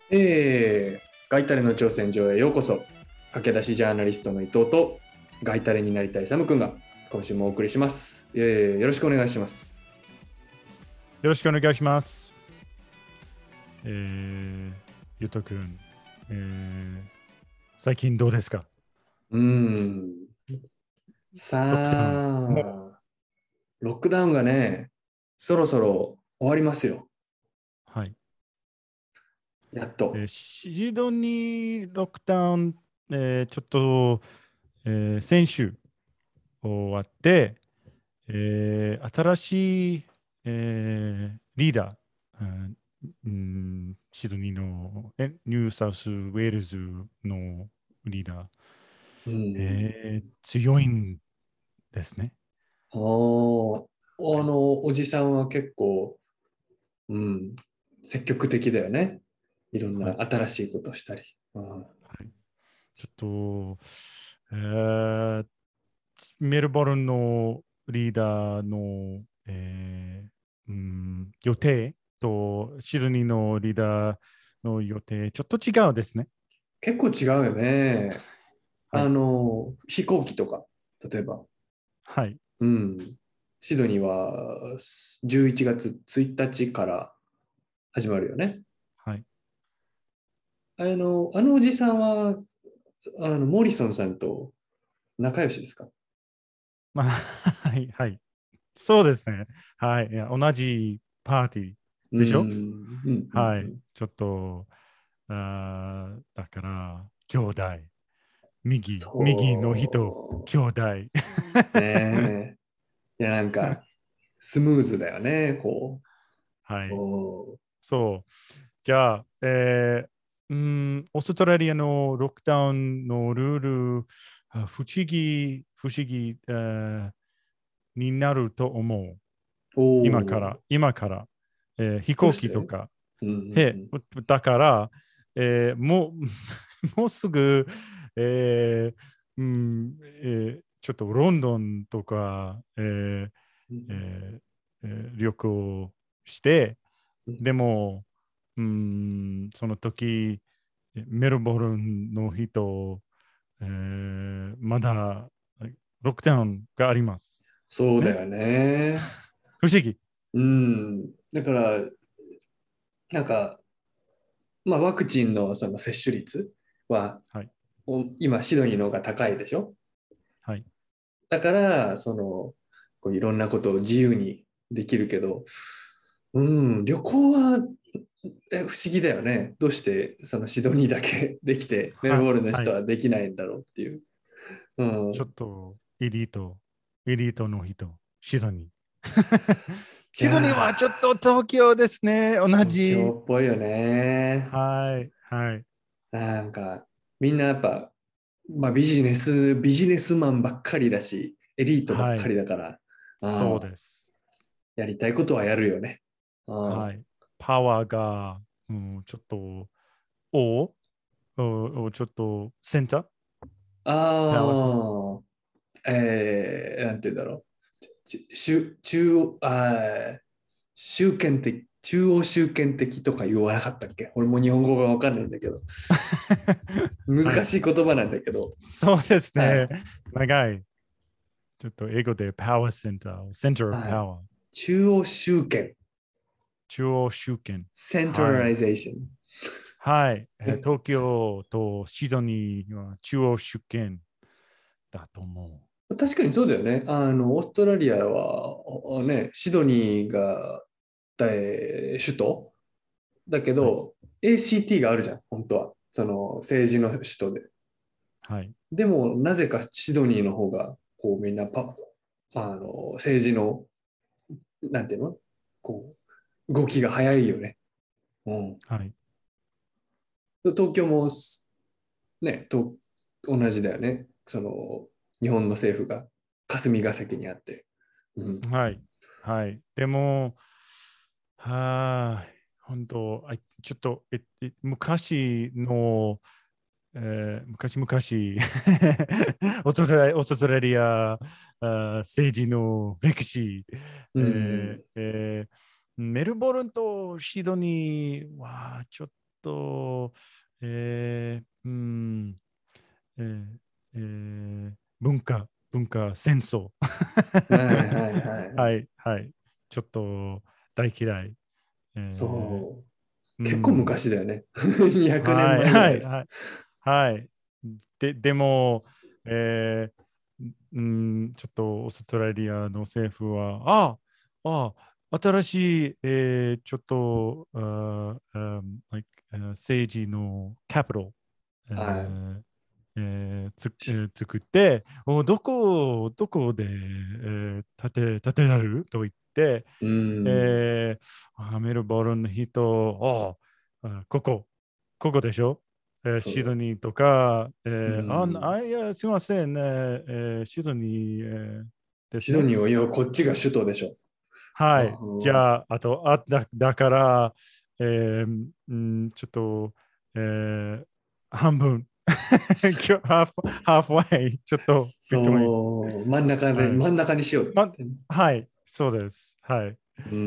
ガイタレの挑戦状へようこそ。駆け出しジャーナリストの伊藤とガイタレになりたいサムくんが今週もお送りします。よろしくお願いします。 よろしくお願いします。ゆとくん、最近どうですか？ さロックダウン。 あ、ロックダウンがね、そろそろ終わりますよ。 はい。 やっと。 シドニーロックダウン、ちょっと、先週終わって、新しい、リーダー、シドニーのニューサウスウェールズのリーダー、強いんですね。 おじさんは結構、うん、積極的だよね。いろんなはい。 新しいことをしたり。 はい、ちょっと、メルボルンのリーダーの、予定とシドニーのリーダーの予定、ちょっと違うですね。 結構違うよね。 はい。 飛行機とか、例えば、 はい。 うん、シドニーは11月1日から始まるよね。 はい。 あのおじさんは、モリソンさんと仲良しですか？ まあ、はい。はい。そうですね。はい。いや、同じパーティーうん、 でしょ？ うん、うん、 はい。 うん。 ちょっと、だから、兄弟、右の人、 そ兄弟。 う。ねえ。いや、なんか、スムーズだよね、こう。 はい。 おそう。じゃあ、オーストラリアのロックダウンのルール、不思議、になると思う。 お今から、飛行どうして？ 機とか。 うん、うん、 だから、もうすぐ、ちょっとロンドンとか、 うん。 え旅行して、 うん。 でも、その時、メルボルンの人、まだロックダウンがあります。ね。 そうだよね。 不思議。 うん。だから、なんか、まあ、ワクチンのその接種率は、 はい。 今、シドニーの方が高いでしょ？ はい。 だから、こういろんなことを自由にできるけど、うん、旅行は不思議だよね。どうしてそのシドニーだけできて、メルはい。 ボルンのはい。 人はできないんだろうっていう。うちょっん。 とエリートの人、シドニー。 いやシドニーはちょっと東京ですね。同ー、東じ。 京っぽいよね。 はい。はい。 なんか、みんなやっぱ、まあ、ビジネスマンばっかりだし、エリートばっかはい。 りだから、 そうあです。 やりたいことはやるよね。あはい。パワーが、ちょっと、おちょっと、センターパワーセンター。 あなんて言うんだろう。中央、中央集権的とか言わなかったっけ？俺も日本語がわかんないんだけど。 はい。 難しい言葉なんだけど。 そうですね。 はい。 長い。ちょっと英語でパワーセンター、センターオブはい。 パワー。 中央集権。 中央集権。はい。 centralization。 はい。東京とシドニーは中央集権だと思確かにそうだよね。オーストラリアは、ね、シドニーが首都だけう。はい。 ど、ACT があるじゃん、本当は。その政治の首都で。 はい。 でも、なぜかシドニーの方が、こうみんな政治の、なんていうのこ動きが早いよね。うん。 はい。 東京もね、同じだよね。日本の政府が霞が関にあって。うん。 はい。はい。でも、本当、ちょっと、昔の、昔々オーストラリア政治の歴史、 うん。 メルボルンとシドニーはちょっと、えーえー文化戦争。 はいはいはいはい。 はい、はい。ちょっと大嫌い。 そう。 う結構ん、 昔だよね。200年はい、はい、 前ぐらい。 はい。はい。でも、ちょっとオーストラリアの政府は、新しい、ちょっと、政治のキャピタル、えはー作って、どこで、建てられると言って、 い。うん。 メルボルンの人、ここでしょ、シドそニーとか、 う。うん。 いや、すみませんね、シドニー、ですね。 シドニーは、いや、こっちが首都でしょ。あはい。じのゃあ、だから、ちょっと、半分、ハーフワイ、ちょっと、between。 そう、 はい。 真ん中にしようってま、 言ってね。 はい、そうです。はい。 うん。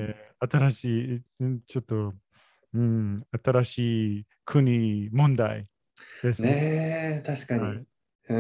新しい、ちょっと、新しい国問題ですね。 ねえ、確かに。 はい。 うん、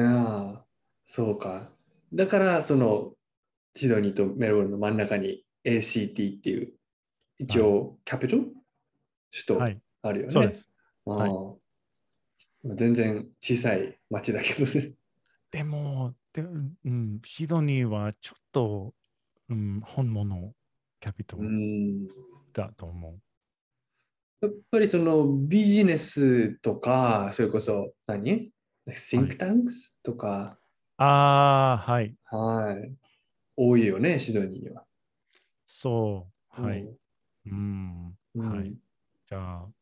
そうか。だから、その、シドニーとメルボルンの真ん中に ACT っていう、一はい。 応、キャピトル首都はい。 あるよね。 そうです。 あはい。 あ、全然小さい町だけどね。 でも、シドニーはちょっと、本物キャピトうルん。 だと思う。 やっぱりそのビジネスとか、それこそはい。 think tanks とか、 はい。 はい、多いよね、シドニーには。 そう。はい。 うん。 はい。 うん。 じゃあ、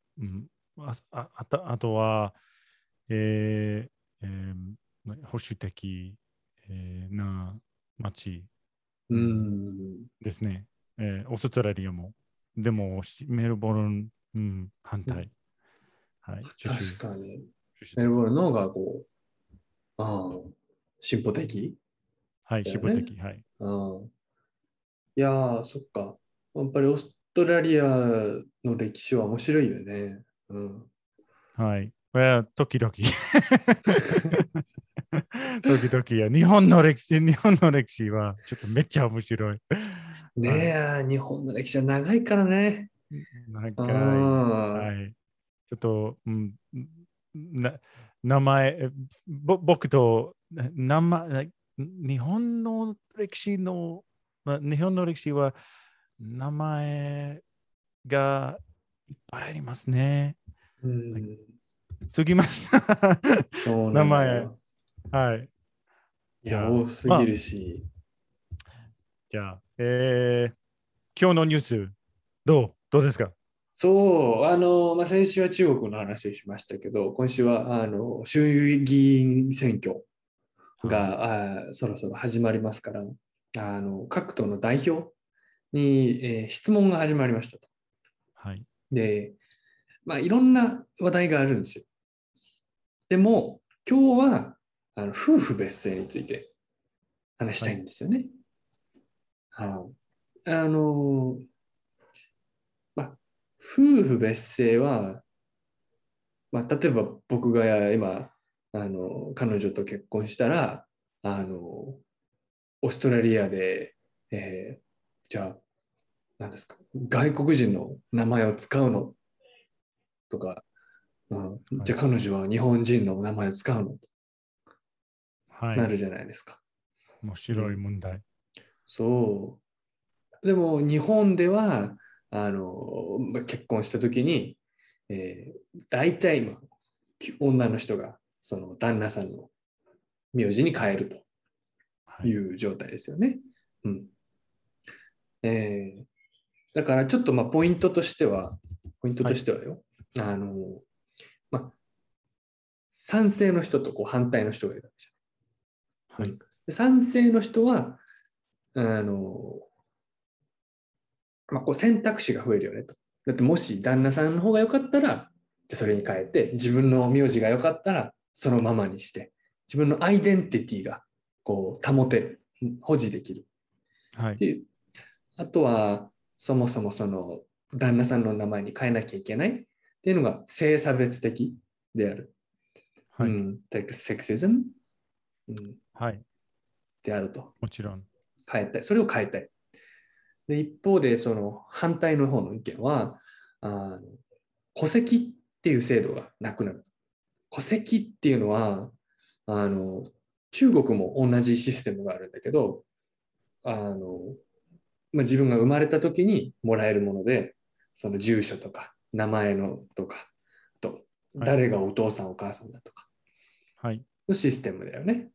あとは、え保守的、な街、 ううんん。 ですね。オーストラリアも。でも、メルボルン、反対。はい。 確かに。 主主的。 メルボルンの方がこう、ああ、進歩的はい、 だよね。 支部的。はい。 ああ、いやー、そっか。やっぱりオーストラリアの歴史は面白いよね。うん。 はい。時々。時々や。日本の歴史はちょっとめっちゃ面白い。 ねはい。 え、日本の歴史は長いからね。う長い。はん。 い。ちょっと、名前、僕と名前、日本の歴史は名前がいっぱいありますね。 うん。 次ぎます。 そうなの名前。 よ。 はい。 いや、 じゃあ、 多すぎるし。 今日のニュース、どうですか？ そう、先週は中国の話をしましたけど、今週は、衆議院選挙はい。 が、そろそろ始まりますから、各党の代表に、質問が始まりましたと。 はい。 で、まあ、いろんな話題があるんですよ。でも、今日は、夫婦別姓について話したいはい。 んですよね。はい。あの、まあ、夫婦別姓は、まあ、例えば僕が今、彼女と結婚したら、オーストラリアで、じゃあ、何ですか、外国人の名前を使うのとか、 はい。 じゃあ彼女は日本人の名前を使うのとはい。 なるじゃないですか。 面白いうん、 問題。 そう。でも日本では、結婚した時に、大体の女の人がその旦那さんの名字に変えるとはい。 いう状態ですよね。うん。だからちょっとまあポイントはい。 としてはよ、あの、まあ、賛成の人とこう反対の人がいるわけじゃん。 はい。 で賛成の人は、あの、まあ、こう選択肢が増えるよねと。だってもし旦那さんの方が良かったら、じゃそれに変えて、自分の名字が良かったら、そのままにして、自分のアイデンティティがこう保てる、保持できるっはい。 ていう。あとは、そもそもその旦那さんの名前に変えなきゃいけないっっていうのが性差別的である。 はい。 セクシズム、 はい。 であると。 もちろん。 変えたい。それを変えたい。で、一方で、その反対の方の意見は、戸籍っていう制度がなくなる。戸籍っていうのは、中国も同じシステムがあるんだけど、自分が生まれた時にもらえるもので、その住所とか、名前のとか、とはい。 誰がお父さんお母さんだとかはい。 のシステムだよね。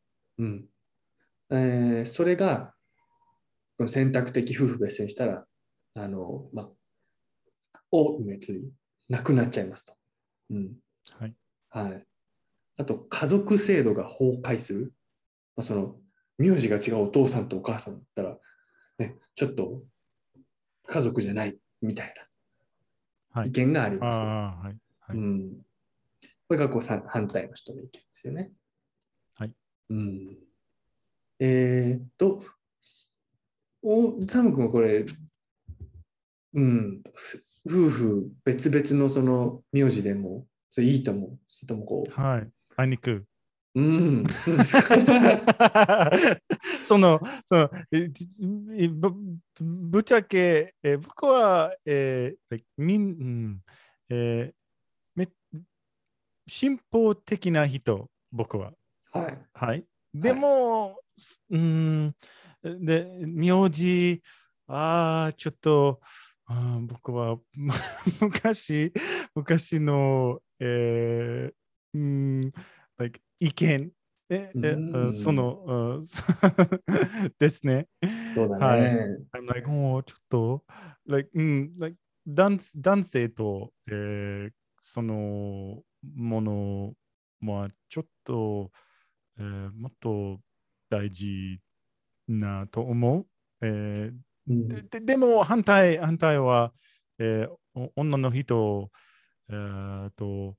それが、この選択的夫婦別姓したら、ultimately なくなっちゃいますと。 はい。 はい。あと、家族制度が崩壊する。その、名字が違うお父さんとお母さんだったら、ね、ちょっと家族じゃないみたいなはい。 意見がありあますと。 あ、はい。はい。 これが反対の人の意見ですよね。 はい。 うん、サム君はこれ、夫婦別々のその名字でも、それいいと思う。それともはい。あいにく。 そうですか。 その、その、ぶっちゃけ、僕は、えーめ進歩的な人、僕は。 はい。 はい。ではい。 も、名字、ちょっと、僕は昔、昔の、意見、 うん。 ですね。 そうだはい。 ね。 もうちょっと、男性と、そのものはちょっと、もっと大事なと思う。 うん。 でも反対は、女の人、えーと、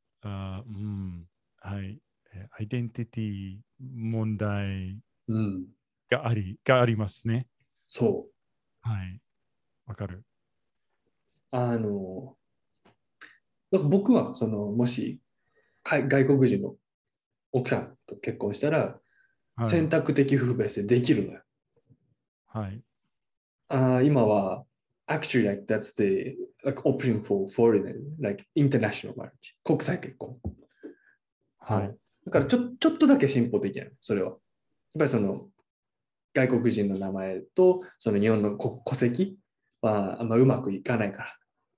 はい、アイデンティティ問題うん。 がありますね。 そう。 はい、わかる。 あの、だから僕は、もし、外国人の奥さんと結婚したら、 はい、 選択的夫婦別姓できるのよ。 はい、 今は、actually, like, that's the like, option for foreign, like, international marriage. 国際結婚。 はい、 はい。だからちょっとだけ進歩的なの、それは。やっぱりその、外国人の名前と、その日本の戸籍はあんまうまくいかないから。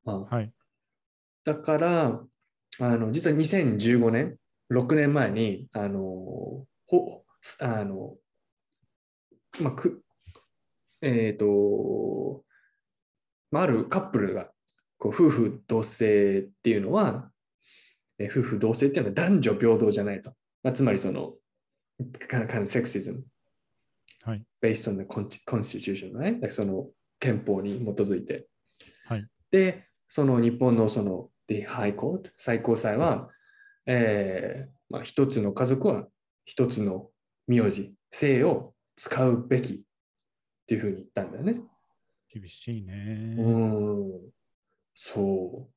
はい、 だから、実は2015年、6年前に、あの、まあ、えっ、と、あるカップルが、夫婦同姓っていうのは、夫婦同姓っていうのは男女平等じゃないと。つまりその、sexism はい、 based on the constitution ね。その憲法に基づいて。 はい、 で、その日本のその The High Court 最高裁は、一つの家族は一つの名字、姓を使うべきっていうふうに言ったんだよね。 厳しいうね。 ーん、そう。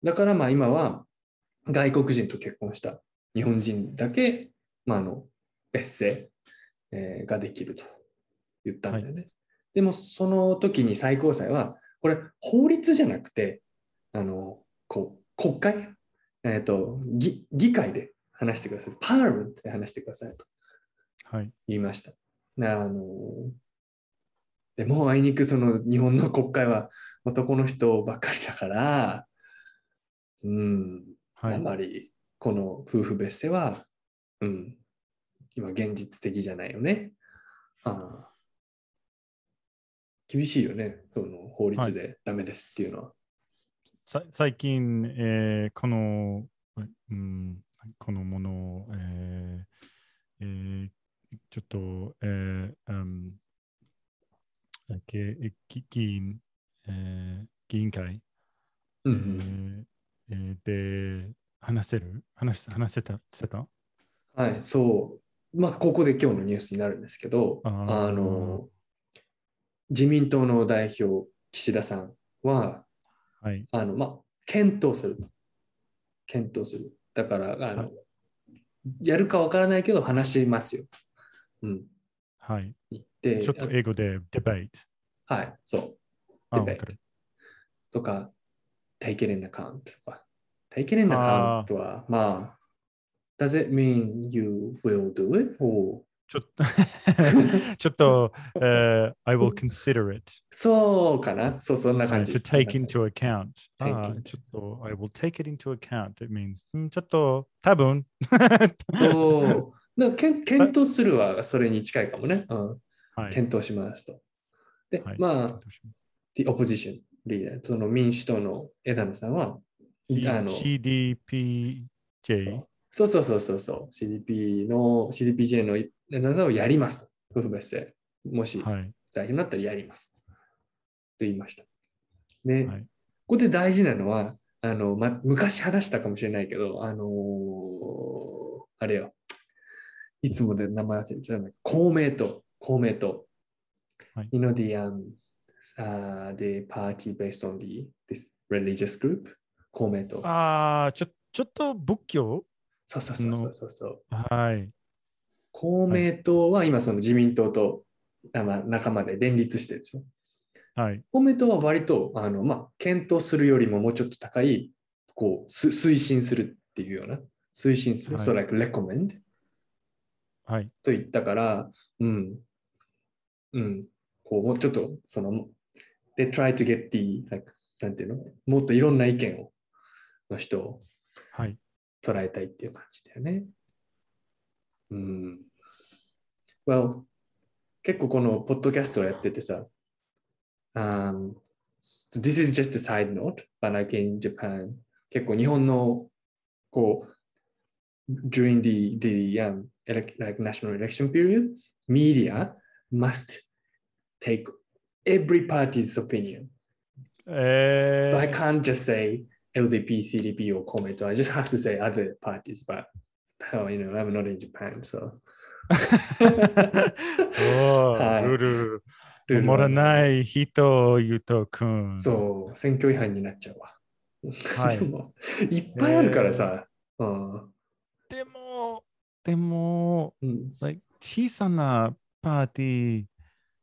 だからまあ今は外国人と結婚した日本人だけ、別姓、ができると言ったはい、 んだよね。でもその時に最高裁は、これ法律じゃなくて、国会、議会で話してください。パーラメントで話してくださいとはい、 言いました。でもあいにくその日本の国会は男の人ばっかりだから、うん、あはい。 まりこの夫婦別姓は、今現実的じゃないよね。ああ、厳しいよね。その法律はい。 でダメですっていうのは。 最近、うん、このものを、えーちょっと、だっけ、議員会、 うんうえん、 ーで話せたはい、そう。ここで今日のニュースになるんですけど、自民党の代表、岸田さんは、 はい、 あの、まあ、 検討する。検討する。だから、 はい。 やるかわからないけど話しますよ。うん。 はい。 言って、 ちょっと英語で debate。 はい、そう。 あ、わか debate る。 とか、take it in account とか。take it in あ account あ、 は、まあ、does it mean you will do it? or ちょっとちょっと、I will consider it。 そうかなそう、そんなはい。 感 to じ。そんな take 感じ。 into account。 take ああ、 it. ちょっと、I will take it into account。It means、ちょっと、多分そう。検あ討するはそれに近いかもね。うん。 はい。 検討しますと。で、 はい。 まあ、 検討します the opposition leader、その民主党の枝野さんは、 CDPJ。 そう。CDPJ の枝野さんをやりますと。夫婦別姓。もしはい。 代表になったらやります。と言いました。で、こはい。 こで大事なのは、昔話したかもしれないけど、あれよ、いつもで名前忘れちゃう公明党。 はい。 You know the party based on this religious group? 公明党。 ああ、ちょっと仏教そうそうそうそうの、 そうそう。 はい。はい。 公明党は今その自民党と仲間で連立してるでしょ。 はい。 公明党は割と検討するよりももうちょっと高い推進するっていうような推進する。 は So い。 like recommend はい。 と言ったから、うん、うん、もうちょっとthey try to get like なんていうのもっといろんな意見の人をはい。 捉えたいっていう感じだよね。うん。Well、結構このポッドキャストをやっててさ、this is just a side note, but like in Japan、結構日本のこう、during like national election period, はい media must take every party's opinion. So I え can't just say LDP, CDP, or comment. I just have to say other parties, but I'm not in Japan, so おー、 はい。 ルールルール守らなはい人、ゆとくん。 そう、選挙違反になっちゃうわ。 はでい。 も、いっぱいあるからえー、 さ、うん、 でも、でも、 うん、 小さなパーティー、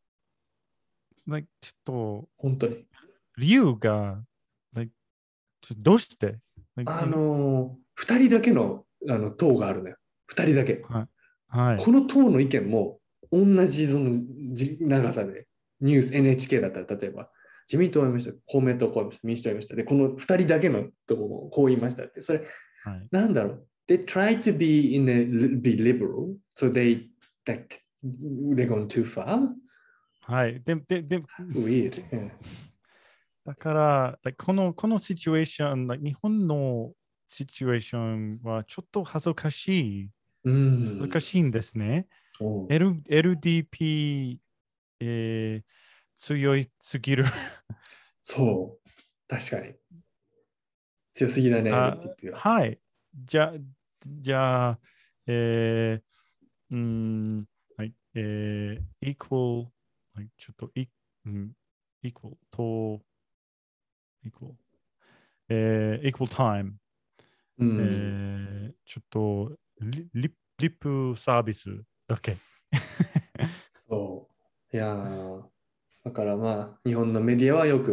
ちょっと本当に。 理由が、どうして、 二人だけの、党があるのよ。二人だけ。 はい。はい。 この党の意見も同じ長さで、ニュース NHK だったら、例えば、自民党を言いました、公明党をこう言いました、民主党を言いました。で、この二人だけのとこもこう言いましたって、それ、 はい。 なんだろう。They try to be liberal, so they're going too far. はい。 Weird. Yeah. だから、このシチュエーション、日本のシチュエーションはちょっとうん。 恥ずかしいんですね。 おう LDP、強いすぎる。 そう。確かに。強すぎだね、 あ、 LTP は。 はい。じゃあ、えー、はい、equal、はい、ちょっと、equal と、equal、equal time、 うん。 ちょっとリップサービスだけ。 そう。いやだから日本のメディアはよく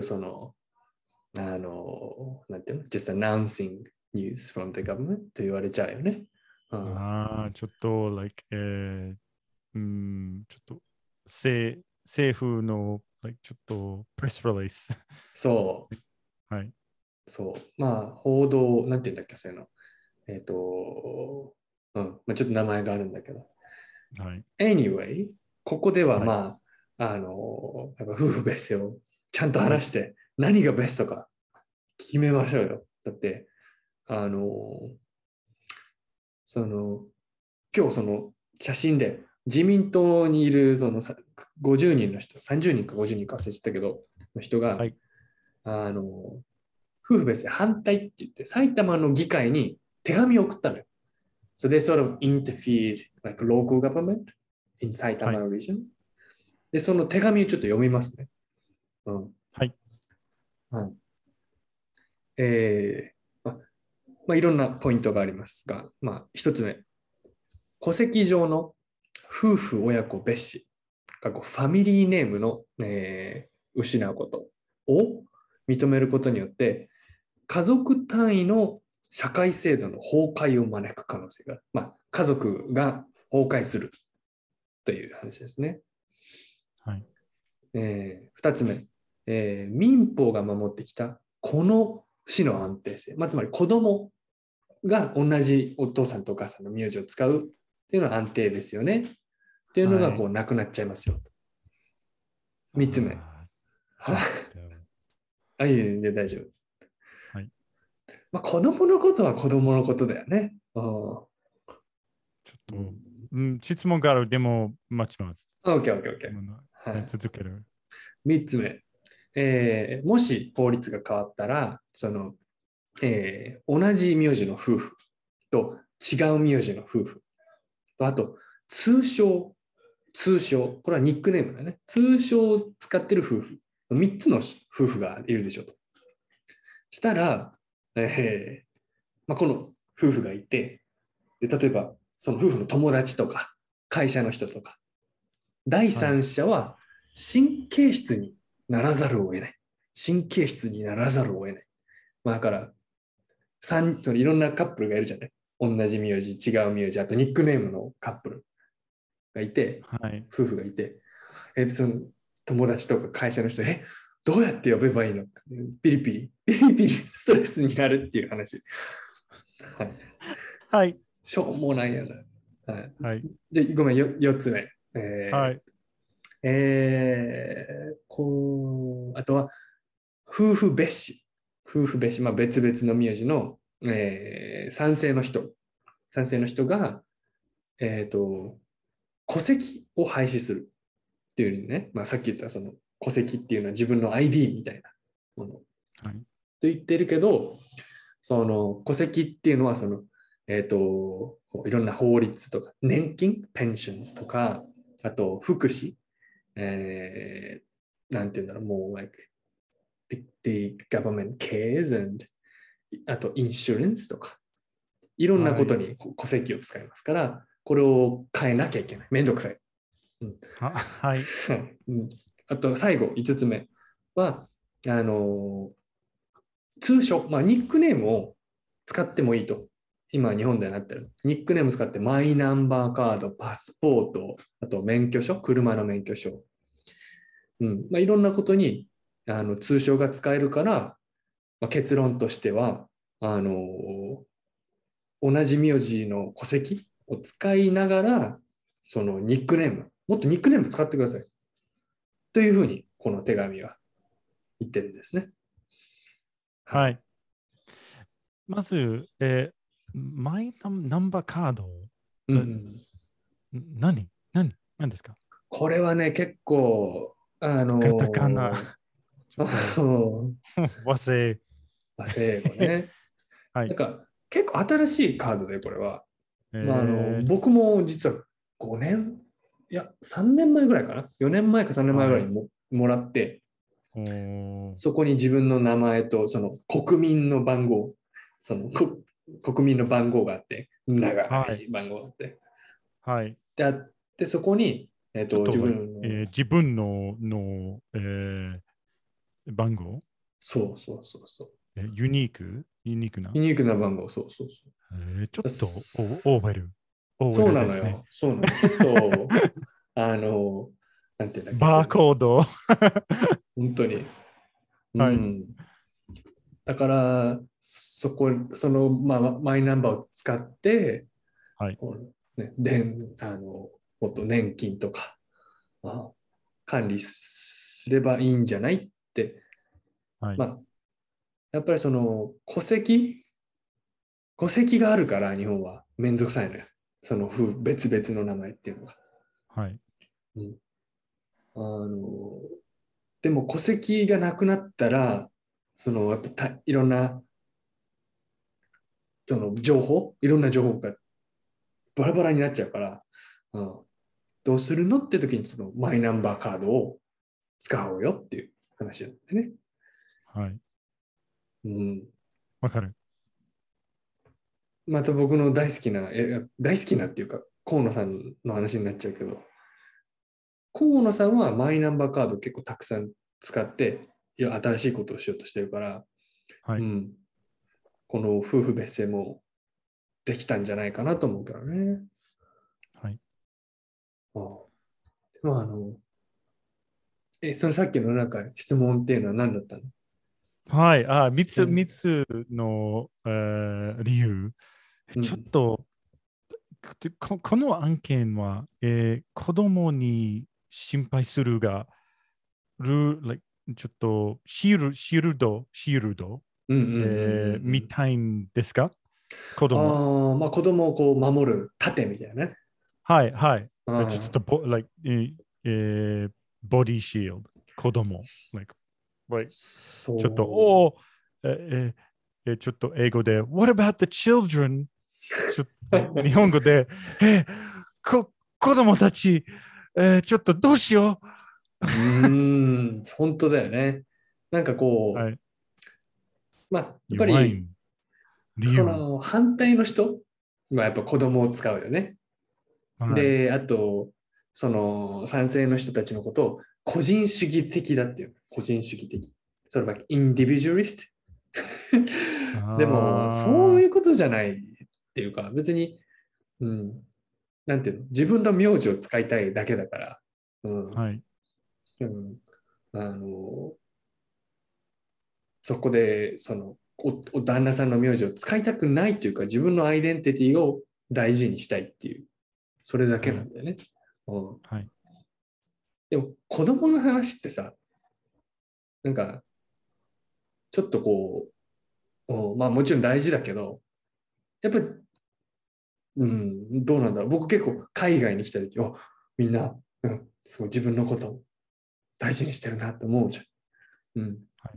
なんていうの just announcing news from the government と言われちゃうよね。うん、 ちょっと、ちょっと、政府の、ちょっと、プレスリリース。 そはい。 う、そう。報道、なんていうんだっけ、そういうの。えっ、と、ちょっと名前があるんだけど。 はい。 Anyway、ここでははい。 やっぱ夫婦別姓をちゃんとはい。 話して何がベストか決めましょうよ。だって、あの、その、今日その写真で自民党にいる50人の人、30人か50人か忘れちゃったけど、の人が、 はい。 夫婦別姓反対って言って埼玉の議会に手紙を送ったのよ。So they sort of interfered like local government in 埼玉はい。 region. で、その手紙をちょっと読みますね。うん。 はい。 はい。 いろんなポイントがありますが、一つ目、戸籍上の夫婦親子別紙、ファミリーネームの、失うことを認めることによって、家族単位の社会制度の崩壊を招く可能性がある。家族が崩壊するという話ですね。 はい。 2つ目、民法が守ってきたこの死の安定性、つまり子供が同じお父さんとお母さんの名字を使うっていうのは安定ですよねっていうのがなくなっちゃいますよ。3つ目。 ちょっと。 いえ、大丈夫。 はい。 子供のことは子供のことだよね。 ちょっと、質問がある。でも、待ちます。 OK。 続ける。 3つ目。もし法律が変わったら、同じ名字の夫婦と違う名字の夫婦と、あと、通称、これはニックネームだね。通称を使ってる夫婦、3つの夫婦がいるでしょうと。したら、この夫婦がいて、で例えば、その夫婦の友達とか、会社の人とか、第三者は神経質にならざるを得ない。だから、いろんなカップルがいるじゃない。同じ名字、違う名字、あとニックネームのカップルがいて、夫婦がいて、その友達とか会社の人、どうやって呼べばいいの？ピリピリストレスになるっていう話。 はい。 しょうもないやな。 はい。 で、ごめん、4つ目。 はい。 あとは、夫婦別紙、別々の名字の、賛成の人が、戸籍を廃止するっていうね、さっき言ったその戸籍っていうのは自分の ID みたいなものと言ってるけど、その戸籍っていうのはいろんな法律とか、年金、ペンションズとか、あと福祉、なんていうんだろう、もう、the government cares and あとインシュランスとか、いろんなことに戸籍を使いますから、これを変えなきゃいけない。めんどくさい。 はい。 あと最後、5つ目は、通称、ニックネームを使ってもいいと。今、日本ではなってる。ニックネーム使って、マイナンバーカード、パスポート、あと免許証、車の免許証。いろんなことに通称が使えるから、結論としては、同じ名字の戸籍を使いながら、そのニックネーム、もっとニックネーム使ってください。というふうに、この手紙は言ってるんですね。 はい。まず、マイナンバーカード、何ですか？ これはね、結構、 カタカナ。和製。 和製英語ね。 はい。 なんか、結構新しいカードで、これは。僕も実は5年、いや、3年前ぐらいかな。4年前か3年前ぐらいにもらって、そこに自分の名前と、その国民の番号、国民の番号があって、長い番号があって。 はい。 で、あって、そこに、自分の、番号？ そう。 ユニークな番号、そう。 ちょっとオーベル。 そうなのよ。ちょっと、なんていうんだっけ。 バーコード。 本当に。 はい。 だから、マイナンバーを使って、 はい。 もっと年金とか、管理すればいいんじゃないって、やっぱりその戸籍があるから日本はめんどくさいのよ。その別々の名前っていうのが。 はい。 でも戸籍がなくなったら、やっぱいろんなそのいろんな情報がバラバラになっちゃうから、どうするのって時にそのマイナンバーカードを使おうよっていう話なんでね。 はい。 わかる。 また僕の大好きな、大好きなっていうか、河野さんの話になっちゃうけど、河野さんはマイナンバーカード結構たくさん使って、新しいことをしようとしてるから、 はい。 うん、この夫婦別姓もできたんじゃないかなと思うけどね。 はい。 ああまあ、そのさっきのなんか質問っていうのは何だったの？ はい。 うん。 三つの、理由。ちょっうん。 と、この案件は、子供に心配するが、like ちょっとシールド、 うんうんうんうんうん。 みたいんですか子供。 ああ、まあ子供をこう守る盾みたいなね。 はい、はい。ちょっああ、 とlike ボディシールド、子供。Like ちょっと、 そう。 ちょっと英語で、What about the children? ちょっと日本語で、え子供たち、ちょっとどうしよ本当だよね。なんかう。 こはい。 う、まあ、やっぱり、 弱い理由。 その反対の人はやっぱ子供を使うよね。 はい。 で、あと、その賛成の人たちのことを個人主義的だっていう。個人主義的。それはインディビジュアリスト。でも、そうあいうことじゃないっていうか、別に、うん、なんていうの、自分の名字を使いたいだけだから、うん、 はい。 うん、あの、そこで、旦那さんの名字を使いたくないというか、自分のアイデンティティを大事にしたいっていう、それだけはい。 なんだよね。うん、 はい。 でも、子供の話ってさ、なんか、ちょっとこう、まあもちろん大事だけど、やっぱり、どうなんだろう。僕結構海外に来た時、みんな、すごい自分のことを大事にしてるなって思うじゃん。 はい。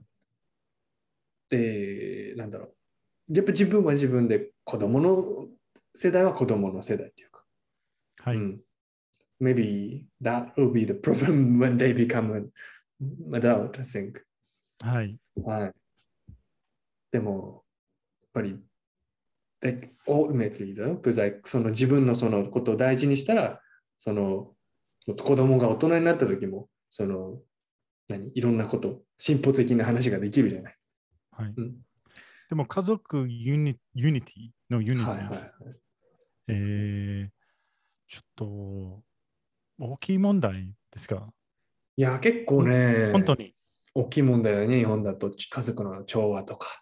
で、なんだろう。やっぱ自分は自分で子供の世代は子供の世代っていうか、 はい。 うん。Maybe that will be the problem when they become an adult, I think. はい。 はい。でも、やっぱり、ultimately, because その自分のそのことを大事にしたら、その子供が大人になった時も、いろんなこと、進歩的な話ができるじゃない。 はい。 うん、 でも家族ユニティのユニティ、 はいはいはい。 えー、ちょっと大きい問題ですか？ いや、結構ね、 本当に。 大きい問題だよね、日本だと家族の調和とか、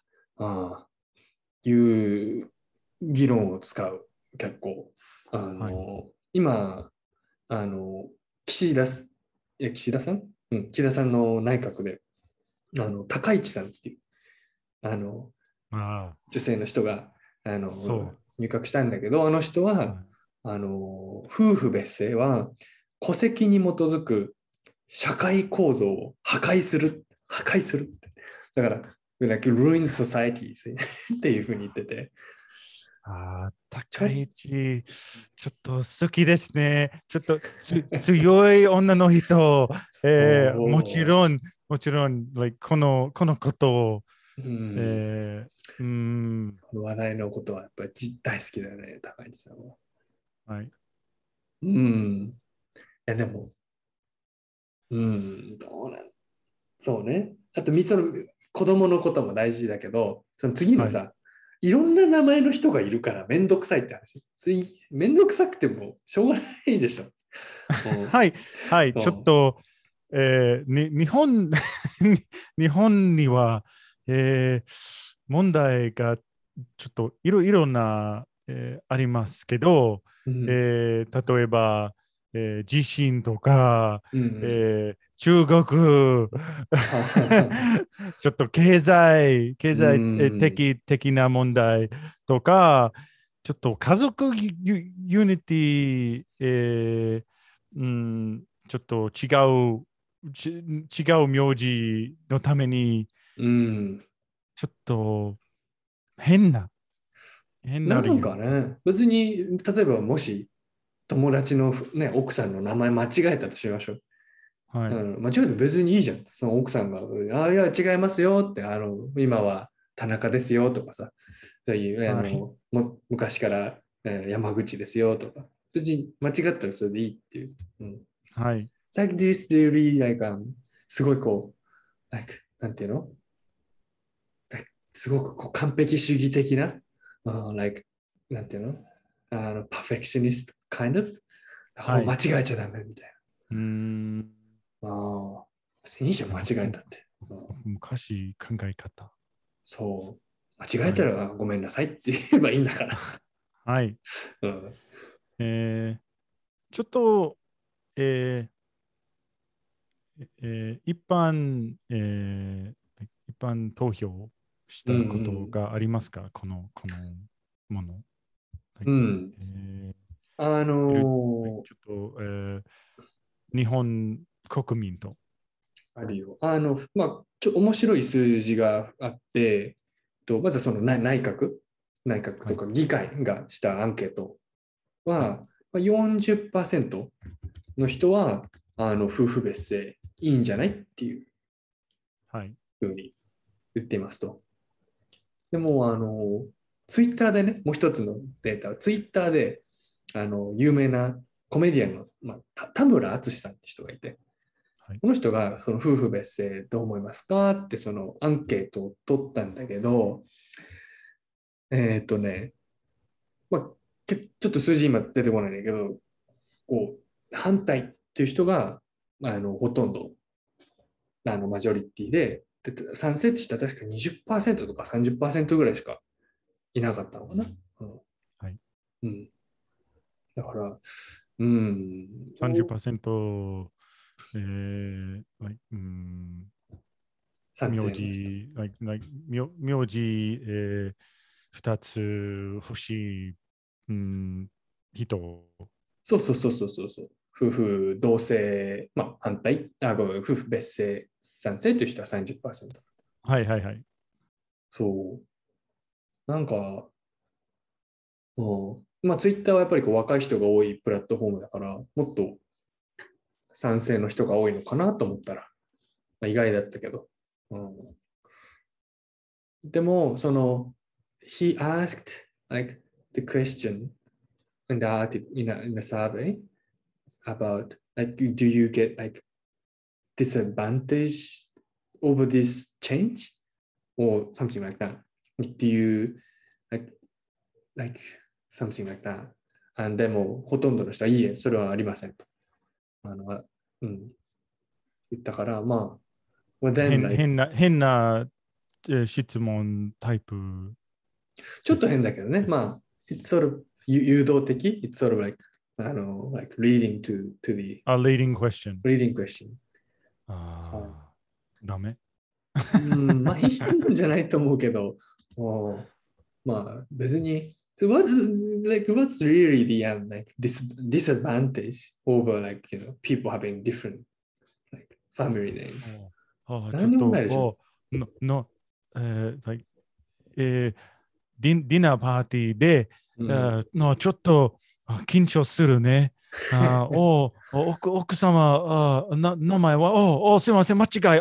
いう議論を使う、結構。 はい。 今、あの、岸田す、岸田さん岸田さんの内閣で、高市さんっていう、あの、 ああ、 女性の人が、あの、 そ入閣したんだけど、あの人う。 は、 はい。 夫婦別姓は戸籍に基づく社会構造を破壊するって。だから、like ruin society っていうふうに言ってて、ちょっ高い位置、ちょっと好きですね。ちょっと強い女の人、 と、 もちろん、like このことを、 うん、 えー、うーん、 この話題のことはやっぱり大好きだよね、高市さんは。 はい。 うん。いや、でも、どうなんそうね。あと、その子供のことも大事だけど、その次のはい。 さ、いろんな名前の人がいるからめんどくさいって話。めんどくさくてもしょうがないでしょ。 はい、はい、ちょっうん、 と、日本日本には、問題がちょっといろんな、ありますけど、 うん、 例えば、地震とか、 うん。 中国はははちょっと経う済ん、 的な問題とか、ちょっと家族ユニティ、ちょっと違う名字のために、 うん。 ちょっと変な、変ななん理由。 かね、別に、例えばもし友達の、ね、奥さんの名前間違えたとしましょう。 はい。 間違えて別にいいじゃん。その奥さんが、いや、違いますよって、今は、 田中ですよとかさ、そういうはい。 昔から、山口ですよとか、別に間違ったらそれでいいっていう。うん、 はい。 like this really like, すごいこう、なんていうの、すごくこう完璧主義的な、like, なんていうの、perfectionist kind of、間はい。 違えちゃダメみたうーん。 いな。いいじゃん、間違えたって。 昔考え方。 そう。間違えはい。 たらごめんなさいって言えばいいんだから。 はい。 うん。 えーちょっと、え一般投票しうんうたことん。 がありますかこのもの。はい。 うん。 えあいる、はいのちょっと、日本国民と。 あるよ。面白い数字があって、まずはその内閣はい。 とか議会がしたアンケートはい。 は、40%の人は、夫婦別姓いいんじゃないっていうはい。 ふうに言っていますと。でも、ツイッターでね、もう一つのデータは、ツイッターで、有名なコメディアンの、田村淳さんって人がいて、 はい。 この人がその夫婦別姓どう思いますかってそのアンケートを取ったんだけど、えっとね、まあ、ちょっと数字今出てこないんだけど、こ反対っていう人が、ほとんど、マジョリティで、賛成って人は確か20%とか30%ぐらいしかいなかったのかな。うん。 はい。 うん、だから、うん、 30%、名賛成の人。 字、名字、2つ欲しい、人。 そうそうそうそうそうそう。夫婦同姓、反対、ごめん、夫婦別姓賛成という人は30%。 はいはいはい。 そう。なんか、ツイッターはやっぱりこう若い人が多いプラットフォームだから、もっと賛成の人が多いのかなと思ったら、意外だったけど。うん、でも、he asked like the question in the article in the survey about like do you get like disadvantage over this change or something like that? Do you like like something like that? でも、ほとんどの人は、いいえ、それはありませんと。あの、うん、言ったから、well then, like, 質問タイプちょっとです。 変だけどね。 ですか？ it's sort of 誘導的。it's sort of like, like leading to the A leading question。 reading question。はい。 ああ、ダメ。 必質問じゃないと思うけど、別に、what's really the like disadvantage over like people having different like family name？ ちょっと、 何でもないでしょ。 の、の、えー、like えーディナーパーティーで、 うん。 ちょっと緊張するね。奥様、名前は、すいません、間違い、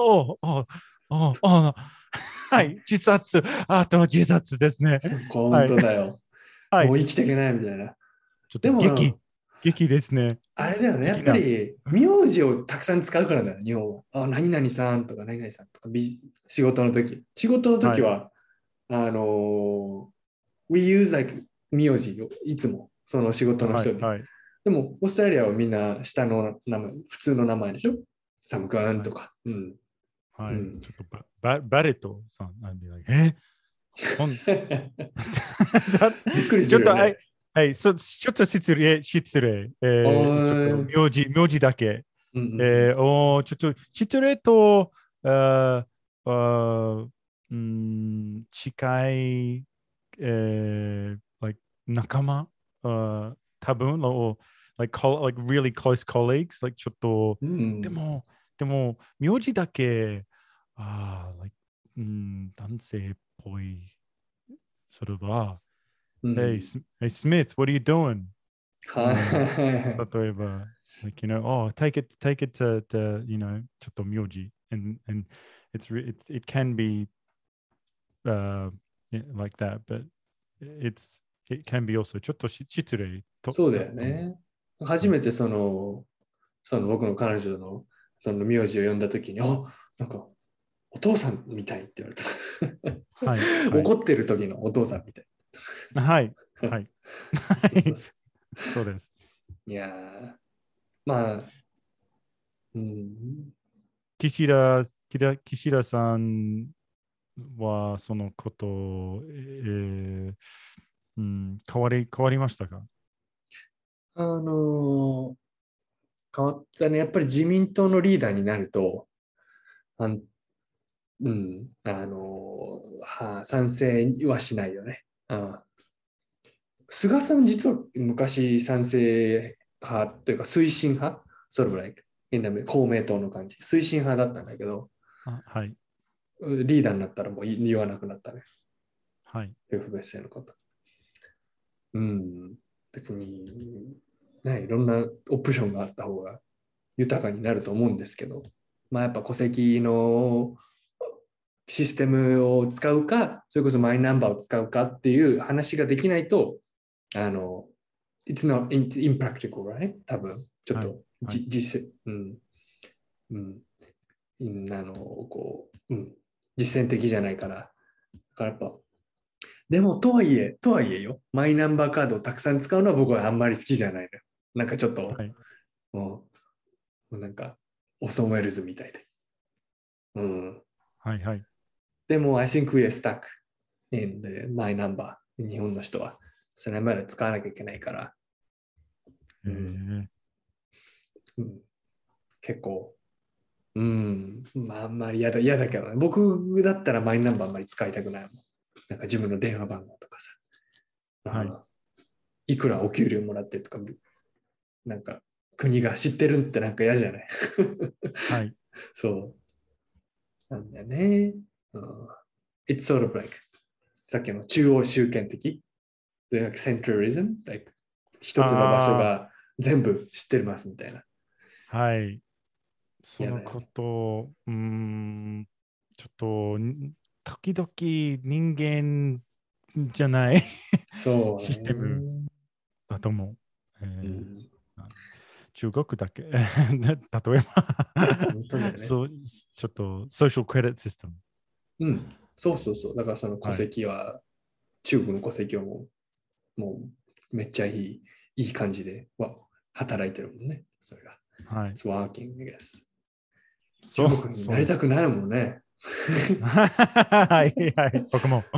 はい、自殺ですね。 本はい、 当だよ。 はい、 もう生きていけないみたいな。 ちょっとでも、 劇ですね。 あれだよね。やっぱ劇な。 り、名字をたくさん使うからだよ、日本は。何々さんとか何々さんとか、仕事の時。仕事のはい、 時は、あのwe use like 名字をいつも、その仕事のはい、 人に。 はい、 でも、オーストラリアはみんな下の名前、普通の名前でしょ。サム君はい、 とか。うん。うはい。 ん。 ちょっとバレットさんなんで、ほんだびっくりすちょっと、はい、 るよね。 はい、ちょっと失礼。 おちょっとー、 名字だけ。 うんうんちょっと失礼と、ああ近い、like 仲間、多分、like really close colleagues、like ちょっと、 うん。うん。 でも、名字だけ、like 男性っぽい。それは、 うん。 Hey Smith, what are you doing? はい。 例えば、like, take it to, ちょっと名字。And it can be like that, but it can be also ちょっと失礼と。 そうだよね。初めてその僕の彼女のその名字を呼んだときに、なんかお父さんみたいって言われた。 はい。 怒ってる時のお父さんみたい。 はい。はい。そうです。 いやー、まあ、うん。 岸田さんはそのことを、変わりましたか？ 変わったね。やっぱり自民党のリーダーになると、あんうん、賛成はしないよね。菅さん実は昔賛成派というか推進派、それぐらい、公明党の感じ、推進派だったんだけど、 はい。 リーダーになったらもう言わなくなったね。 はい。 夫婦別姓のこと。うん、別に、ね、いろんなオプションがあった方が豊かになると思うんですけど、まあやっぱ戸籍のシステムを使うか、それこそマイナンバーを使うかっていう話ができないと、it's not impractical, right? 多分、ちょっと、実践、実践的じゃないから。だからやっぱ、でも、とはいえよ、マイナンバーカードをたくさん使うのは僕はあんまり好きじゃないのよ。なんかちょっと、もうなんか、オソンウェルズみたいで。 はいはい。 でも、I think we are stuck in the my number. 日本の人は。それまで使わなきゃいけないから。結構、まあ、あんまり嫌だけどね。僕だったらマイナンバーあんまり使いたくないもん。なんか自分の電話番号とかさ。いくらお給料もらってとか、なんか国が知ってるってなんか嫌じゃない。 はい。 そう。なんだよね。It's sort of like さっきの中央集権的。like centralism, like 一つの場所が全部知ってますみたいな。 はい。そのこと、ちょっと、時々人間じゃないそう、 システムだと思う。中国だけ例えばそう、ちょっと、ソーシャルクレディトシステム。 そう。だからその戸籍は、中国の戸籍はもうめっちゃいい感じで働いてるもんね。それが。 はい。 It's working, I guess. 中国になりたくないもんね。 はいはい、僕も。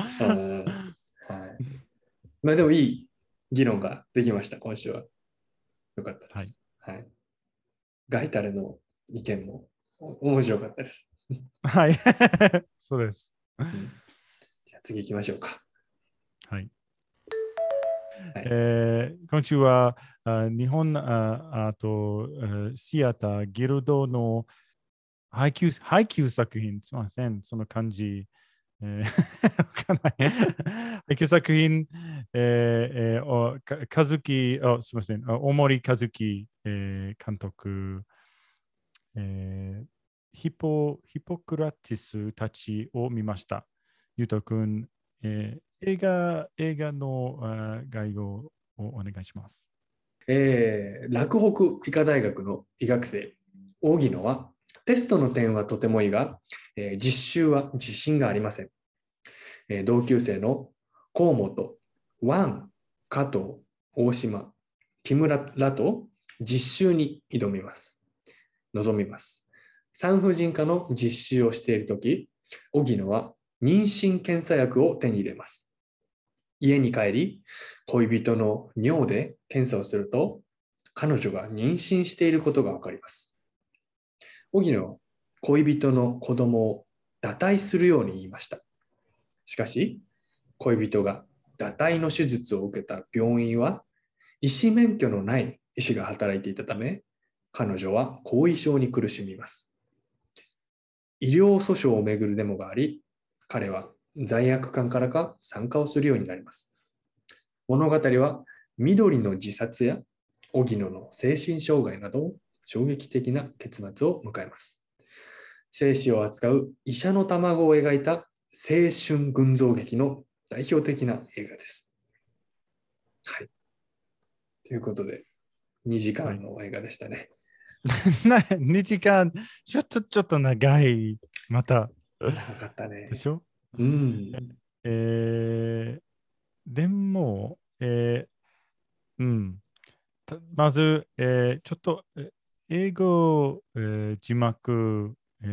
まあでもいい議論ができました、今週は。よかったです。はい。ガイタレの意見も面白かったです。 はい、そうです。 じゃあ次行きましょうか。 はい。今週は日本あとシアターギルドの配給作品、すみません、その感じ。わかんない。配給作品、すみません、大森和樹、監督、ヒポクラティスたちを見ました。ゆうとくん、映画の概要をお願いします。 洛北医科大学の医学生、荻野は、テストの点はとてもいいが、実習は自信がありません。同級生の河本、ワン、加藤、大島、木村らと実習に臨みます。産婦人科の実習をしているとき、荻野は妊娠検査薬を手に入れます。家に帰り、恋人の尿で検査をすると、彼女が妊娠していることがわかります。荻野は恋人の子供を堕胎するように言いました。しかし、恋人が堕胎の手術を受けた病院は、医師免許のない医師が働いていたため、彼女は後遺症に苦しみます。医療訴訟をめぐるデモがあり、彼は罪悪感からか参加をするようになります。物語は緑の自殺や荻野の精神障害など衝撃的な結末を迎えます。生死を扱う医者の卵を描いた青春群像劇の代表的な映画です。はい。ということで、2時間の映画でしたね。 2時間、ちょっと長い、また。 長かったね。 でしょ？ うん。 でも、まず、ちょっと、英語、字幕、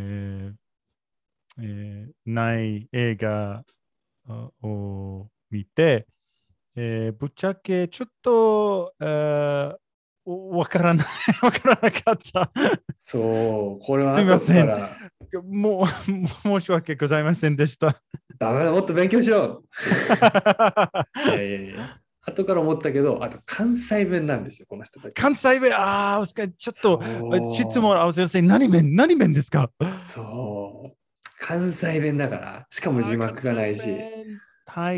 ない映画を見て、ぶっちゃけちょっと、わからない、わからなかった。 そう、これはすみま後せん。 から、 もう、申し訳ございませんでした。 ダメだ、もっと勉強しろ。いやいやいや。後から思ったけど、あと関西弁なんですよ、この人たち。 関西弁、ちょっと質問合そう、 わせて、何弁ですか？ そう。関西弁だから、しかも字幕がな関西いし。 弁、はい、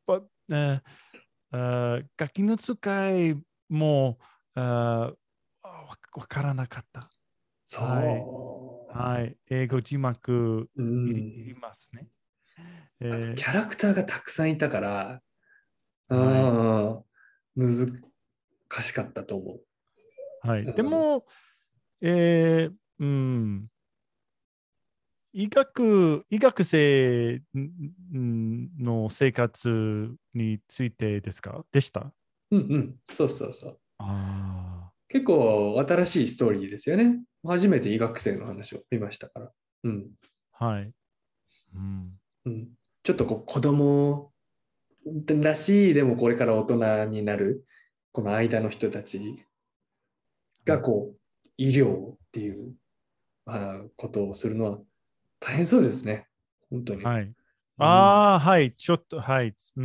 ガキの使いもわからなかった。はい。 そはい。英語字幕う。ういりん。 ますね。 あと、 えキャラクターがたくさんいたから、 はい。 難しかったと思はい。 う。 でも、えーうん、医学生の生活についてですか？でした？ うんうん。そうそうそう。 あ結構新しいストーリーですよね。初めて医学生の話を見ましたから。うん。 はい。うん。 うん。ちょっと子供らしい、でもこれから大人になる、この間の人たちはい。 が医療っていう、ことをするのは大変そうですね。本当に。 はい。 うん。 はい。ちょっと、はい。うん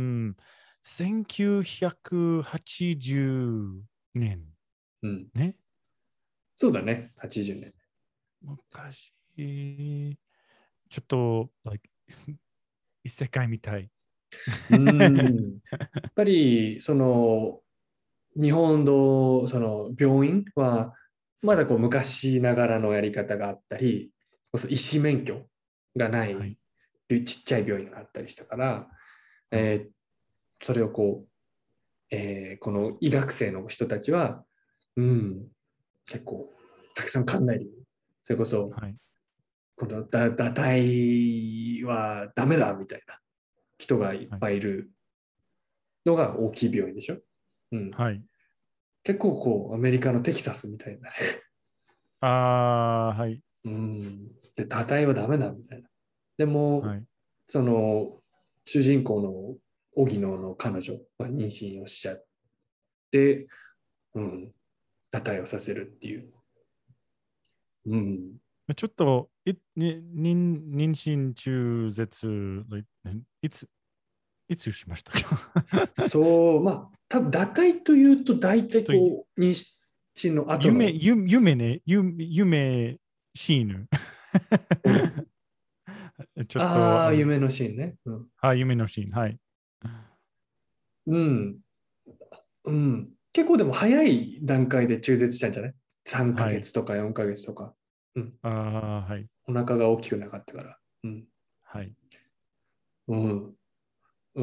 。1980年うん。 ね。 そうだね。80年。 昔、ちょっと、異世界みたい。 うん。やっぱり、日本の病院は、まだ昔ながらのやり方があったり、医師免許がないはい。 ちっちゃい病院があったりしたから、 はい。 それをこの医学生の人たちは、うん、結構たくさん考える。それこそ、 はい。 この堕胎はダメだみたいな人がいっはい。 ぱいいるのが大きい病院でしょ。うん、 はい。 結構アメリカのテキサスみたいなね。 はい。 うん、で、堕胎はダメだみたいな。でも、 はい。 その主人公の荻野の彼女は妊娠をしちゃって、うん、堕胎をさせるっていう。うん、 ちょっと、妊娠中絶、いつしましたか？ そう、まあ、多分堕胎というと、大体ちょっと、 妊娠の後の、 夢ね、夢シーヌ。 うん、 ちょっと、 夢のシーンね。うん、 夢のシーン。はい。 うん、うん。結構でも早い段階で中絶したんじゃない？ 3 ヶはい。 月とか4ヶ月とか。うん。 はい。 お腹が大きくなかったから。うん。 はい。 うん。うん。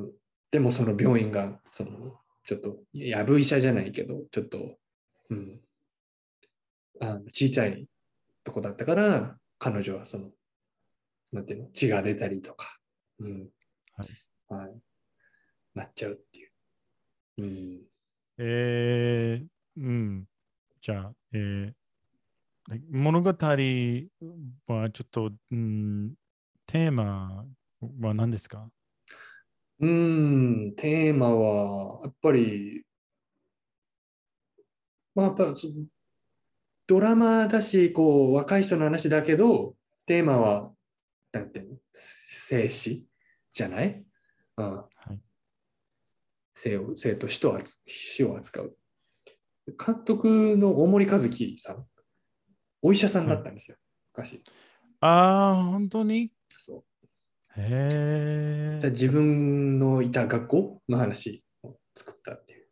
でもその病院が、ちょっと、やぶ医者じゃないけど、ちょっと、うん。小さいとこだったから、彼女はなんていうの、血が出たりとか、うん。 はい。 はい。なっちゃうっていう。うん。 うん。じゃあ、物語はちょっと、テーマは何ですか？ うん。テーマは、やっぱり、まあ、やっぱドラマだし、若い人の話だけど、テーマは、なんていうの、生死じゃない？うん。 はい。 生と死を扱う。監督の大森和樹さん、お医者さんはい。 だったんですよ、昔。 本当に？ そう。 へえ、 自分のいた学校の話を作ったっていう。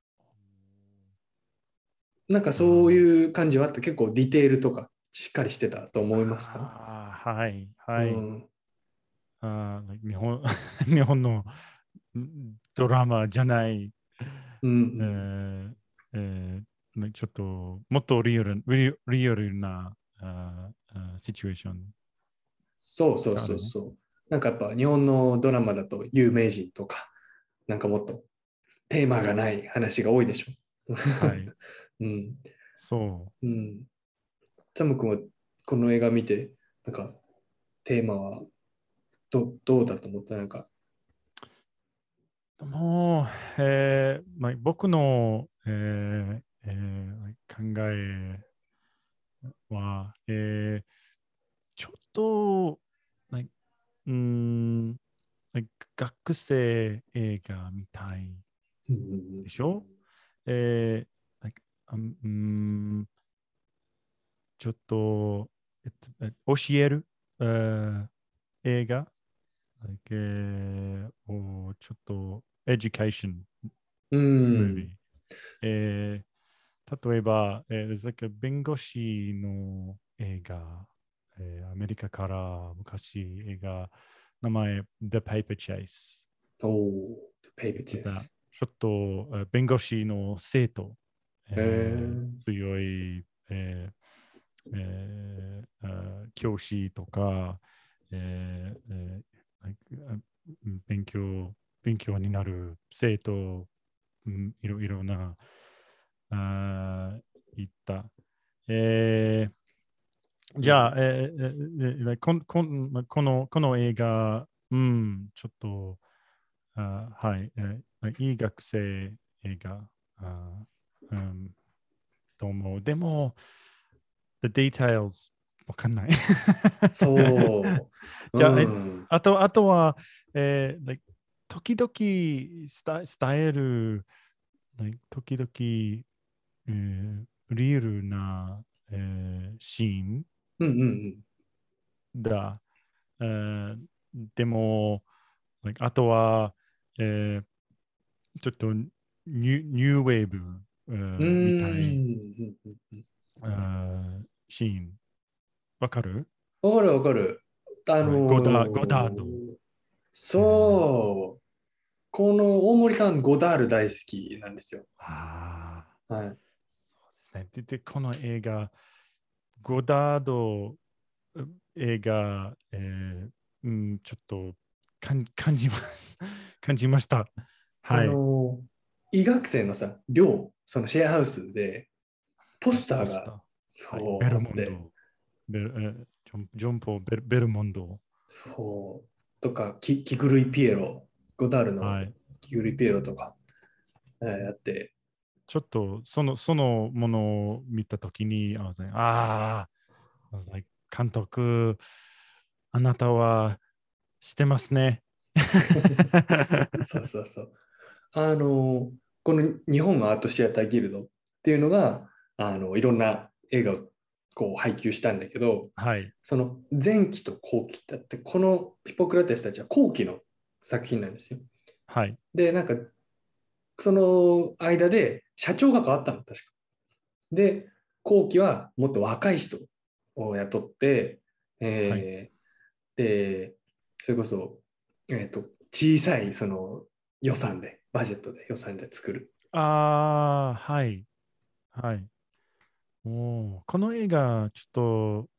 なんかそうあいう感じはあって、結構ディテールとかしっかりしてたと思いましたね。 はい、はい。 うん。 日本日本のドラマじゃない、 うんうえん。 ーえちょっともっとリアルなシチュエーションそうそうがあるね。 そうそう。なんかやっぱ日本のドラマだと有名人とか、なんかもっとテーマがない話が多いでしょ。 はい。 うん。 そうん。サム君はこの映画見て、なんかテーマはどうだと思った？なんか。 う。もう、僕の、考えは、ちょっと、like うーん、学生映画みたいうんうんでしょ？えー、like ちょっと、教える、映画、をちょっと、エデュケーションうん。うん。 ムービー。例えば、弁護士の映画、アメリカから昔映画、名前、The Paper Chase。 おー、ペイペチちです。 ょっと弁護士の生徒、 えー、 強い、教師とか、えーえ勉強、勉強になる生徒、いろな、いった。えじゃあ、 うん。 この映画、ちょっと、はい、いい学生映画、うん、と思う。でも、the details わかんない。 そう。 じゃあ、 うん。 あとは、時々伝える、時々、リアルな、シーンうんうんだ。でも、あとは、えーちょっとニューウェーブ、 うん。 みたい、 うん。 シーン。わかる？ わかるわかる。 はい、ゴダード。えーそう。この大森さん、ゴダール大好きなんですよ。 ああ、 はい。 そうですね。この映画、ゴダード映画、ちょっと感じます。感じました。 あはい。 の、医学生のさ、寮、そのシェアハウスで、ポはい、 スターが、 ポスター。はい、ベそう、あルって、 モンド。ジョンポーベルモンド。 そう、とか、キグルイピエロ、ゴダールのはい。 キグルイピエロとか、あって、 ちょっとそのものを見たときに、I was like, 監督、あなたはしてますね。 そうそうそう。この日本アートシアターギルドっていうのが、いろんな映画をこう配給したんだけど、 はい。 その前期と後期だって、このヒポクラテスたちは後期の作品なんですよ。 はい。 で、なんか、その間で社長が変わったの、確か。で、後期はもっと若い人を雇って、 はい。 で、それこそ、小さいその予算で、バジェットで予算で作る。 はい。はい。この映画、ちょっと、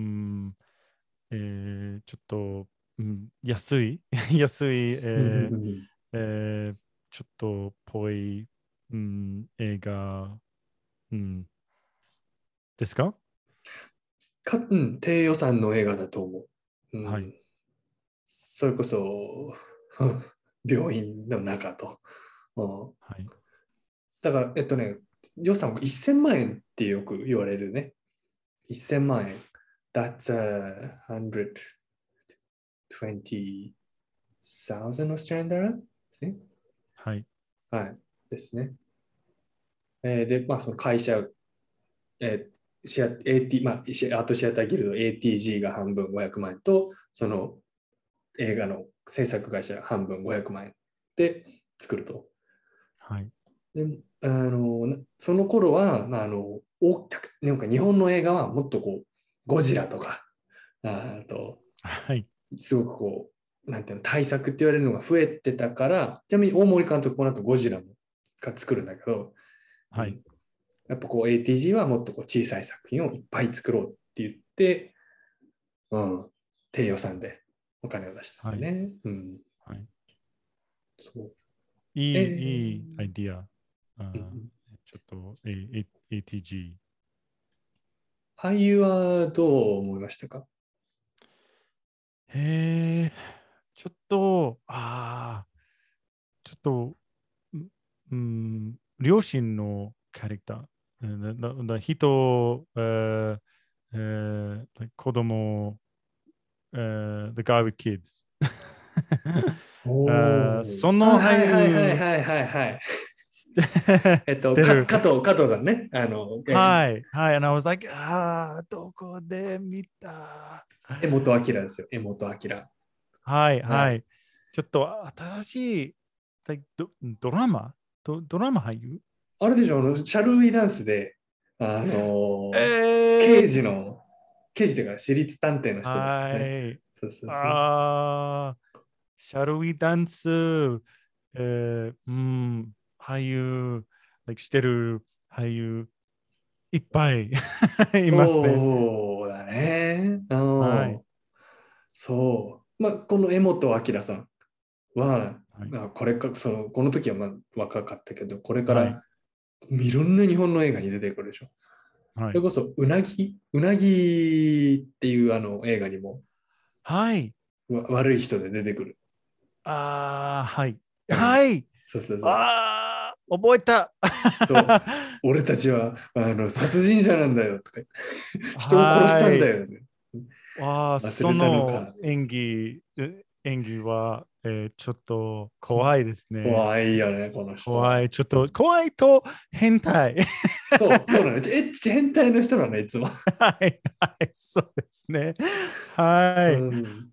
ちょっと、安い、安い、えーちょっとぽい、映画、うん、ですか？ うん、低予算の映画だと思う。うはい。 ん、それこそ、病院の中と。うん、 はい。 だから、予算が1000万円ってよく言われるね。1000万円。That's 120,000 Australian dollar ですね。 はい。 はい。ですね。で、まあ、その会社、えAT、まあ、アートシアターギルド ATG が半分500万円と、その映画の制作会社半分500万円で作ると。 はい。 で、その頃は、まあ、なんか日本の映画はもっとこう、ゴジラとか、あと、 はい。 すごくこなんていうの、対策って言われるのが増えてたから、ちなみに大森監督この後ゴジラも作るんだけど、 はい。 やっぱこう ATG はもっとこう小さい作品をいっぱい作ろうって言って、低予算でお金を出したんはい。 だね。 はい。 そう。 いいアイディア。ちょっと、ATG。 俳優はどう思いましたか？ ちょっと、ちょっと、両親のキャラクター、人、子供、the guy with kids おー。あ、 その俳はいはいはい優はいはいはい。 してる。 加藤さんね。 はい、はい。And I was like, どこで見た江本明ですよ。江本明。 はい、 はい。 はい。ちょっと新しいドラマドラマ俳優あれでしょ、シャルウィダンスで、あの、 えー、 刑事の、刑事というか、私立探偵の人だったね。 はい。 そうそうそう。 シャルウィダンス、俳優、してる俳優、いっぱいいますね。 そうだね。うん。 はい。 そう。まあ、この江本明さんは、 はい。 これか、この時はまあ若かったけど、これかはい。 らいろんな日本の映画に出てくるでしょ。 はい。 それこそ、うなぎっていう映画にもはい。 悪い人で出てくる。 はい。 うん。 はい。 そうそうそう。 覚えた。 そう。俺たちは殺人者なんだよとか言って、人を殺したんはい。 だよって。忘それたののか。 演技は、ちょっと怖いですね。 怖いよね、この人は。 怖い。ちょっと怖いと変態。 そうなの。エッチ変態の人なの、いつも。 はい。はい。そうですね。はうい。 ん。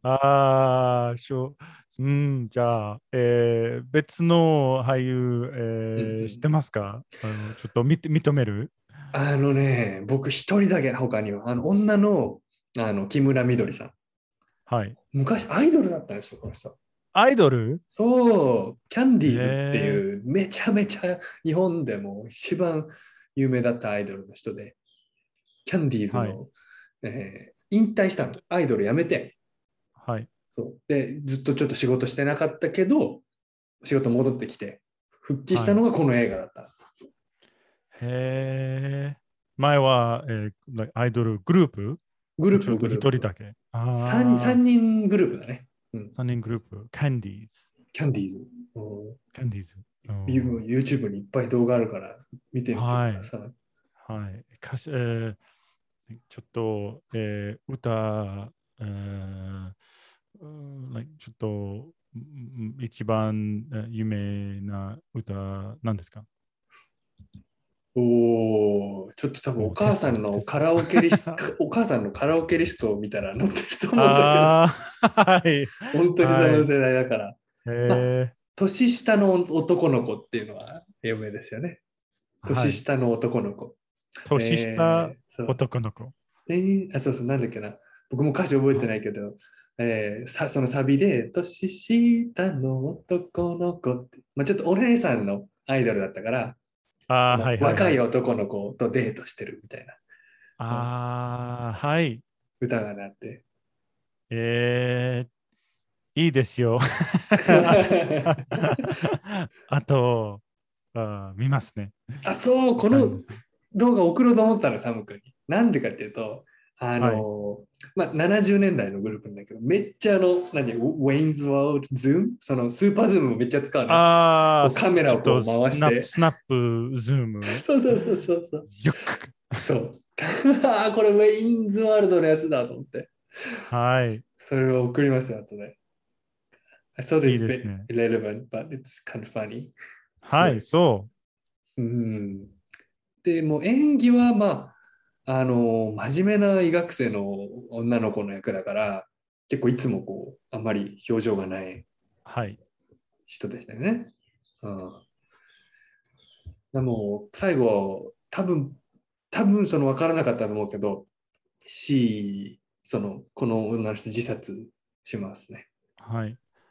じゃあ、別の俳優、 うんうん。 知ってますかちょっと認める僕一人だけ他には、女の、木村みどりさん。 はい。 昔アイドルだったんですよ、この人。 アイドルそう、キャンディーズってえいうめちゃめちゃ日本でも一番有名だったアイドルの人で、キャンディーズはい。 の、引退したの。アイドル辞めて。 はい。 そう。で、ずっとちょっと仕事してなかったけど、仕事戻ってきて、復帰しはい。 たのがこの映画だった。 へえ。前は、アイドルグループちょっとグループ。 一人だけ。 3人グループだね。うん。 3人グループ。キャンディーズ。 キャンディーズ。うん。 キャンディーズ。 YouTube にいっぱい動画あるから見てみてくはい。 ださい。 はい。ちょっと、歌、ちょっと、一番有名な歌、何ですかおお、ちょっと多分テスト、テスト。 お母さんのカラオケリストを見たら載ってると思うんだけど、 はい。 本当にそはい。 の世代だから。まあ、 え年下の男の子っていうのは有名ですよね。 はい。 年下の男の子。 年下そう。 男の子。 そうそう、なんだっけな。僕も歌詞覚えてないけど、そのサビで、年下の男の子って、まあ、ちょっとお姉さんのアイドルだったから、そのはいはいはい。 若い男の子とデートしてるみたいな、 はい。 歌がなって。 えいいですよ。あと、あと見ますね。 そう、このわかります。 動画送ろうと思ったの、サム君に。なんでかっていうと、 はい。 まあ、70年代のグループなんだけど、めっちゃウェインズワールドズームそのスーパーズームをめっちゃ使うのよ。こうカメラちょっとをこう回して。 スナップ、ズーム。 そうそうそうそうそう。 よく。 そう。これウェインズワールドのやつだと思って。 はい。 それを送りますよ、後で。I thought いい it's a で bit すね。 irrelevant, but it's kind of funny. はい、そうん。で、もう演技は、まあ、真面目な医学生の女の子の役だから、結構いつもこう、あんまり表情がないう。はい。 人でしたよね。うん。でも、最後、多分その分からなかったと思うけど、この女の人自殺しますね。 はい。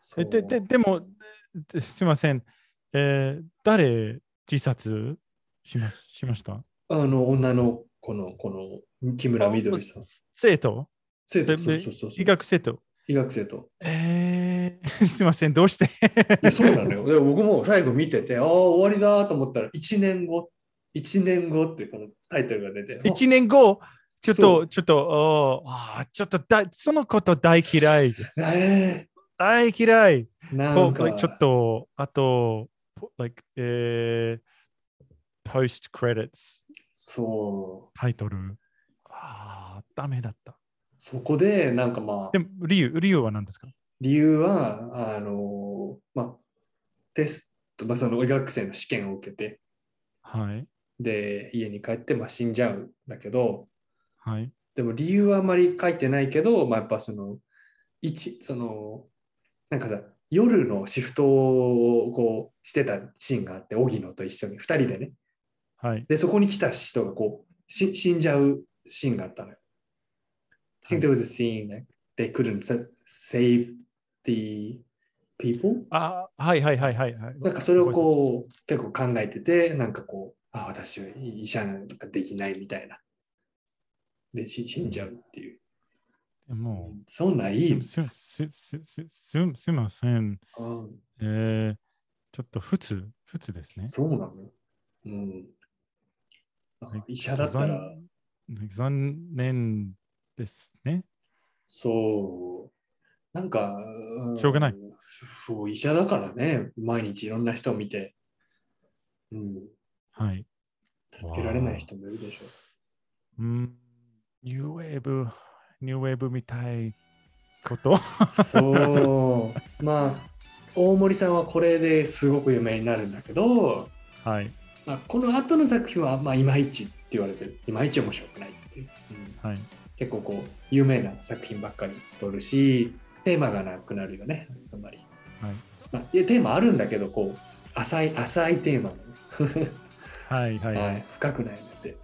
そう。 でも、すみません。誰自殺しました？ 女の子の、木村みどりさん。 生徒生徒、そうそうそうそ医う。 学生徒。 医学生と。 すみません、どうして？ いや、そうなのよ。で僕も最後見てて、ああ、終わりだと思ったら、1年後ってこのタイトルが出て、 1年後、 そちょっとそのこと大嫌い。 う。 大嫌い。 なんちょっか、 と、あと、post credits そう、 タイトル。ダメだった。 そこで、なんかまあ、 でも、理由は何ですか？ 理由は、まあ、テスト、まあ、その医学生の試験を受けて、 はい。 で、家に帰って、まあ、死んじゃうんだけど、 はい。 でも理由はあまり書いてないけど、まあ、やっぱその、その、なんかさ、夜のシフトをこうしてたシーンがあって、荻野と一緒に、二人でね。 はい。 で、そこに来た人がこう、死んじゃうシーンがあったのよ。I は think い。 there was a scene like they couldn't save the people. はいはいはいはい。 なんかそれを覚えてます。 こう、結構考えてて、なんかこう、私は医者なんかできないみたいな。で、死んじゃうっていう。 でも、 そんないい。 すみません。 うん、 ちょっと普通ですね。 そうなのよ。うん。医者ちょっとだったら、 残念ですね。 そう、なんか、 しょうがない。 そう、医者だからね、毎日いろんな人を見て、うん、 はい。 助けられない人もいるでしょうん、ニューウェーブみたいこと。 う。そう、まあ、大森さんはこれですごく有名になるんだけど、 はい。 まあ、この後の作品は、まあ、いまいちって言われてる。いまいち面白くないっていう。 はい。 結構こう、有名な作品ばっかり撮るし、テーマがなくなるよね、あんまり。 はい。 まあ、いやテーマあるんだけど、こう、浅いテーマのね。 はいはいはい。 深くないので。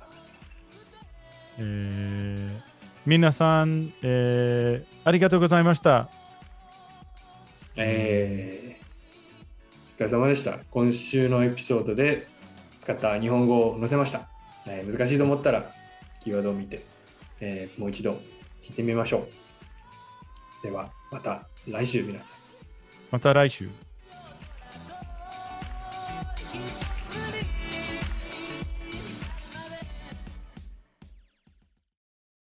皆さん、ありがとうございました。 お疲れ様でした。今週のエピソードで使った日本語を載せました。難しいと思ったらキーワードを見て、もう一度聞いてみましょう。ではまた来週皆さん。 また来週。